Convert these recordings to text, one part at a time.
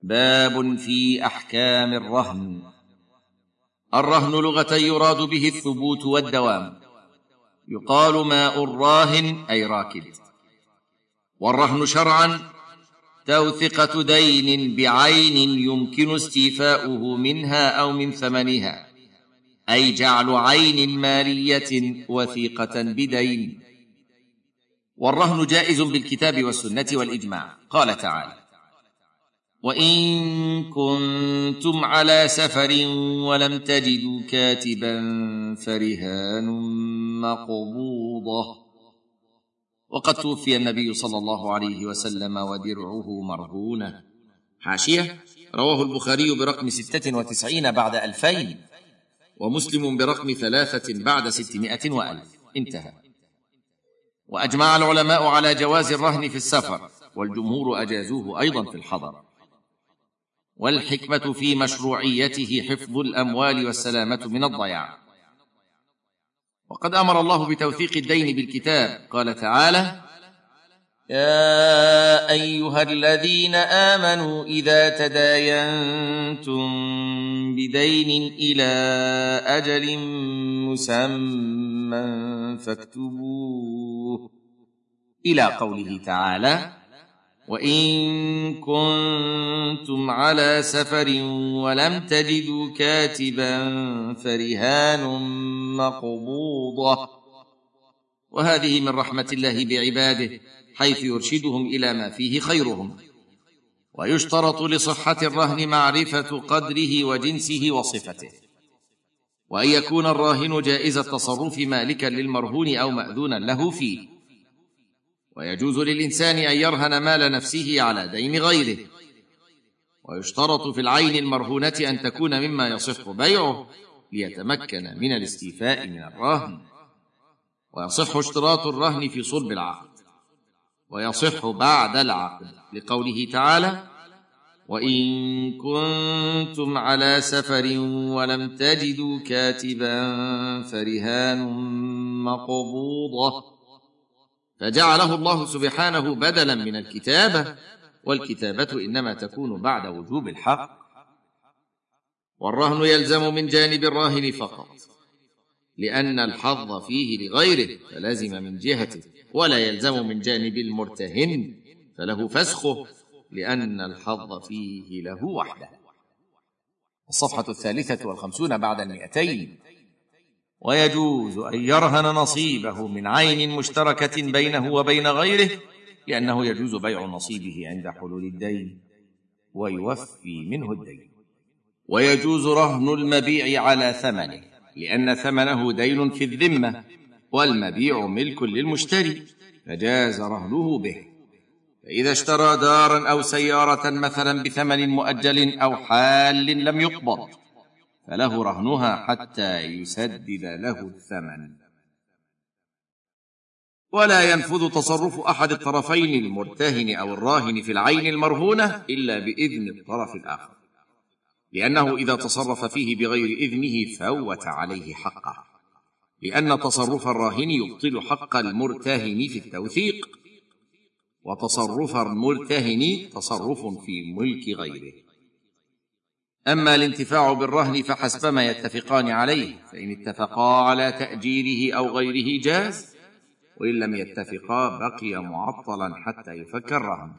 باب في أحكام الرهن. الرهن لغة يراد به الثبوت والدوام، يقال ماء الراهن أي راكد. والرهن شرعا توثقة دين بعين يمكن استيفاؤه منها أو من ثمنها، أي جعل عين مالية وثيقة بدين. والرهن جائز بالكتاب والسنة والإجماع. قال تعالى: وإن كنتم على سفر ولم تجدوا كاتبا فرهان مقبوضة. وقد توفي النبي صلى الله عليه وسلم ودرعه مرهونة. حاشية: رواه البخاري برقم 96 بعد 2000، ومسلم برقم 3 بعد 600 وألف. انتهى. وأجمع العلماء على جواز الرهن في السفر، والجمهور أجازوه أيضا في الحضر. والحكمة في مشروعيته حفظ الأموال والسلامة من الضياع. وقد أمر الله بتوثيق الدين بالكتاب. قال تعالى: يا أيها الذين آمنوا إذا تداينتم بدين إلى أجل مسمى فاكتبوه، إلى قوله تعالى: وإن كنتم على سفر ولم تجدوا كاتبا فرهان مقبوضة. وهذه من رحمة الله بعباده، حيث يرشدهم إلى ما فيه خيرهم. ويشترط لصحة الرهن معرفة قدره وجنسه وصفته، وأن يكون الراهن جائز التصرف مالكا للمرهون أو مأذونا له فيه. ويجوز للإنسان أن يرهن مال نفسه على دين غيره. ويشترط في العين المرهونة أن تكون مما يصح بيعه ليتمكن من الاستيفاء من الرهن. ويصح اشتراط الرهن في صلب العقد، ويصح بعد العقد، لقوله تعالى: وإن كنتم على سفر ولم تجدوا كاتبا فرهان مقبوضة، فجعله الله سبحانه بدلا من الكتابة، والكتابة إنما تكون بعد وجوب الحق. والرهن يلزم من جانب الراهن فقط، لأن الحظ فيه لغيره فلزم من جهته، ولا يلزم من جانب المرتهن فله فسخه، لأن الحظ فيه له وحده. الصفحة 53 بعد 200. ويجوز أن يرهن نصيبه من عين مشتركة بينه وبين غيره، لأنه يجوز بيع نصيبه عند حلول الدين ويوفي منه الدين. ويجوز رهن المبيع على ثمنه، لأن ثمنه دين في الذمة، والمبيع ملك للمشتري، فجاز رهنه به. فإذا اشترى دارا أو سيارة مثلا بثمن مؤجل أو حال لم يقبض، فله رهنها حتى يسدد له الثمن. ولا ينفذ تصرف أحد الطرفين المرتهن أو الراهن في العين المرهونة إلا بإذن الطرف الآخر، لأنه إذا تصرف فيه بغير إذنه فوت عليه حقه، لأن تصرف الراهن يبطل حق المرتهن في التوثيق، وتصرف المرتهن تصرف في ملك غيره. أما الانتفاع بالرهن فحسب ما يتفقان عليه، فإن اتفقا على تأجيره أو غيره جاز، وإن لم يتفقا بقي معطلا حتى يفك الرهن.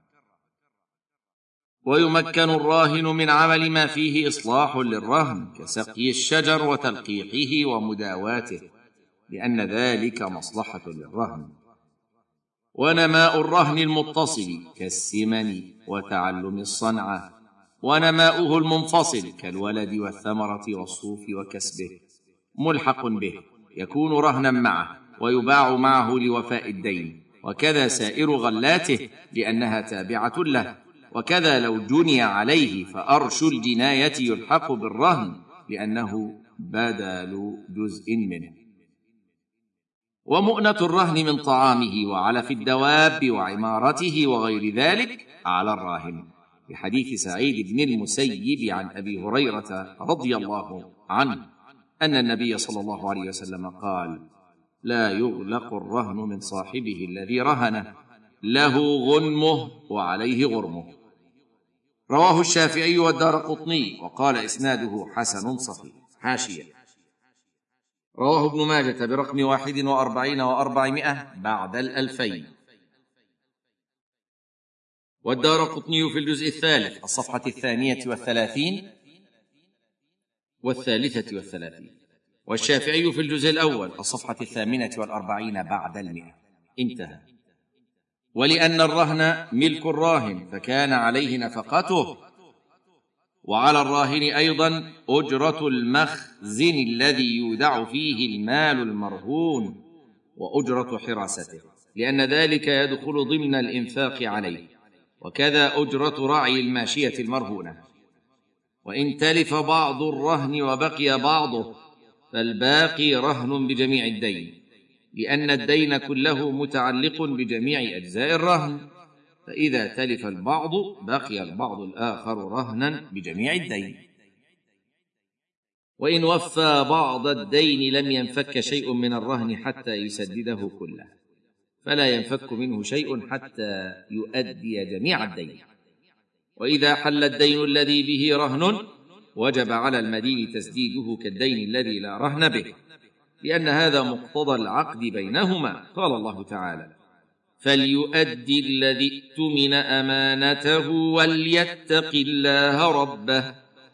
ويمكن الراهن من عمل ما فيه إصلاح للرهن، كسقي الشجر وتلقيحه ومداواته، لأن ذلك مصلحة للرهن. ونماء الرهن المتصل كالسمن وتعلم الصنعة، ونماؤه المنفصل كالولد والثمرة والصوف وكسبه ملحق به، يكون رهنا معه ويباع معه لوفاء الدين، وكذا سائر غلاته لأنها تابعة له، وكذا لو جني عليه فأرش الجناية يلحق بالرهن لأنه بدل جزء منه. ومؤنة الرهن من طعامه وعلف الدواب وعمارته وغير ذلك على الراهن، بحديث سعيد بن المسيب عن أبي هريرة رضي الله عنه أن النبي صلى الله عليه وسلم قال: لا يغلق الرهن من صاحبه الذي رهنه، له غنمه وعليه غرمه. رواه الشافعي والدارقطني وقال إسناده حسن صحيح. حاشية: رواه ابن ماجة برقم 41 و400 بعد 2000. والدارقطني في الجزء الثالث الصفحة 32 و33، والشافعي في الجزء الأول الصفحة 48 بعد 100. انتهى. ولأن الرهن ملك الراهن فكان عليه نفقته، وعلى الراهن أيضا أجرة المخزن الذي يودع فيه المال المرهون وأجرة حراسته، لأن ذلك يدخل ضمن الإنفاق عليه، وكذا أجرة رعي الماشية المرهونة. وإن تلف بعض الرهن وبقي بعضه فالباقي رهن بجميع الدين، لأن الدين كله متعلق بجميع أجزاء الرهن، فإذا تلف البعض بقي البعض الآخر رهنا بجميع الدين. وإن وفى بعض الدين لم ينفك شيء من الرهن حتى يسدده كله، فلا ينفك منه شيء حتى يؤدي جميع الدين. وإذا حل الدين الذي به رهن وجب على المدين تسديده كالدين الذي لا رهن به، لأن هذا مقتضى العقد بينهما. قال الله تعالى: فليؤدي الذي ائتمن أمانته وليتق الله ربه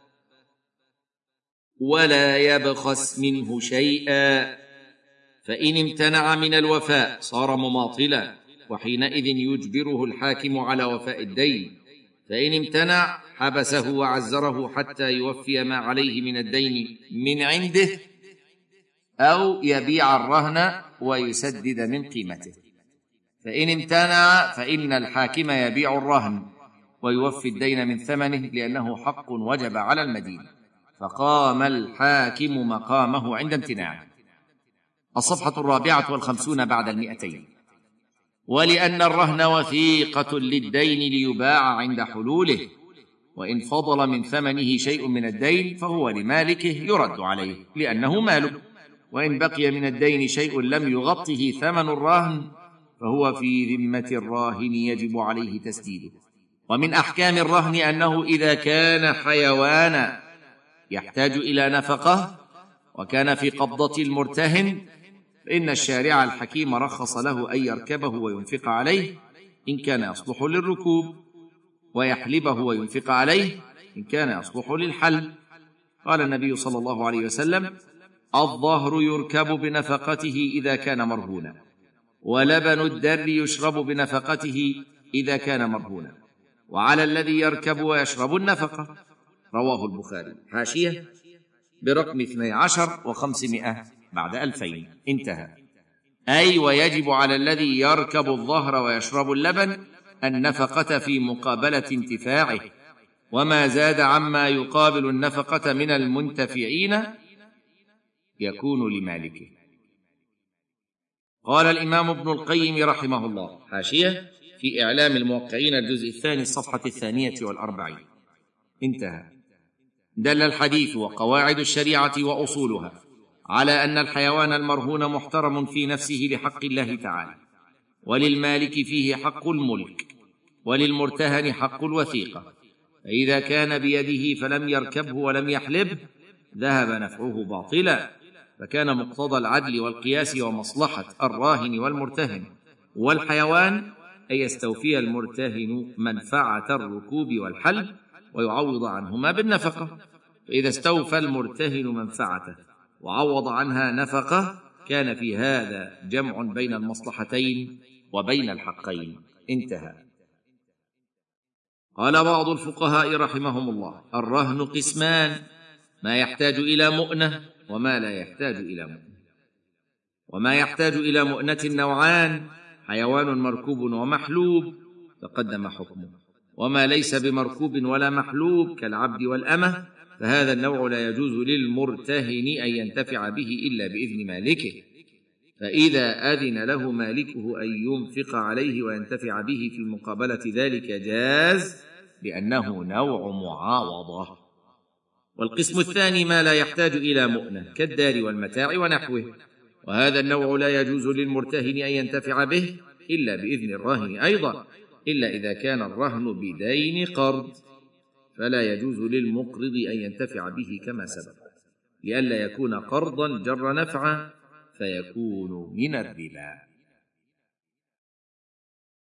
ولا يبخس منه شيئا، فإن امتنع من الوفاء صار مماطلا، وحينئذ يجبره الحاكم على وفاء الدين، فإن امتنع حبسه وعزره حتى يوفي ما عليه من الدين من عنده، أو يبيع الرهن ويسدد من قيمته. فإن امتنع فإن الحاكم يبيع الرهن ويوفي الدين من ثمنه، لأنه حق وجب على المدين، فقام الحاكم مقامه عند امتناعه. الصفحة 54 بعد 200. ولأن الرهن وثيقة للدين ليباع عند حلوله، وإن فضل من ثمنه شيء من الدين فهو لمالكه يرد عليه لأنه ماله، وإن بقي من الدين شيء لم يغطه ثمن الرهن فهو في ذمة الراهن يجب عليه تسديده. ومن أحكام الرهن أنه إذا كان حيوانا يحتاج إلى نفقة وكان في قبضة المرتهن، فإن الشارع الحكيم رخص له أن يركبه وينفق عليه إن كان يصلح للركوب، ويحلبه وينفق عليه إن كان يصلح للحلب. قال النبي صلى الله عليه وسلم: الظهر يركب بنفقته إذا كان مرهونا، ولبن الدر يشرب بنفقته إذا كان مرهونا، وعلى الذي يركب ويشرب النفقة. رواه البخاري. حاشية: برقم 12 و500 بعد 2000. انتهى. أي ويجب على الذي يركب الظهر ويشرب اللبن النفقة في مقابلة انتفاعه، وما زاد عما يقابل النفقة من المنتفعين يكون لمالكه. قال الإمام ابن القيم رحمه الله. حاشية: في إعلام الموقعين الجزء الثاني الصفحة 42. انتهى. دل الحديث وقواعد الشريعة وأصولها على أن الحيوان المرهون محترم في نفسه لحق الله تعالى، وللمالك فيه حق الملك، وللمرتهن حق الوثيقة، فإذا كان بيده فلم يركبه ولم يحلبه ذهب نفعه باطلا، فكان مقتضى العدل والقياس ومصلحة الراهن والمرتهن والحيوان أن يستوفي المرتهن منفعة الركوب والحلب ويعوض عنهما بالنفقة. فإذا استوفى المرتهن منفعته وعوض عنها نفقة كان في هذا جمع بين المصلحتين وبين الحقين. انتهى. قال بعض الفقهاء رحمهم الله: الرهن قسمان: ما يحتاج إلى مؤنة وما لا يحتاج إلى مؤنة. وما يحتاج إلى مؤنة نوعان: حيوان مركوب ومحلوب تقدم حكمه، وما ليس بمركوب ولا محلوب كالعبد والأمة، فهذا النوع لا يجوز للمرتهن أن ينتفع به إلا بإذن مالكه، فإذا أذن له مالكه أن ينفق عليه وينتفع به في مقابلة ذلك جاز، لأنه نوع معاوضة. والقسم الثاني ما لا يحتاج إلى مؤنة كالدار والمتاع ونحوه، وهذا النوع لا يجوز للمرتهن أن ينتفع به إلا بإذن الراهن أيضا، إلا إذا كان الرهن بدين قرض، فلا يجوز للمقرض أن ينتفع به كما سبق، لئلا يكون قرضا جر نفعا فيكون من الربا.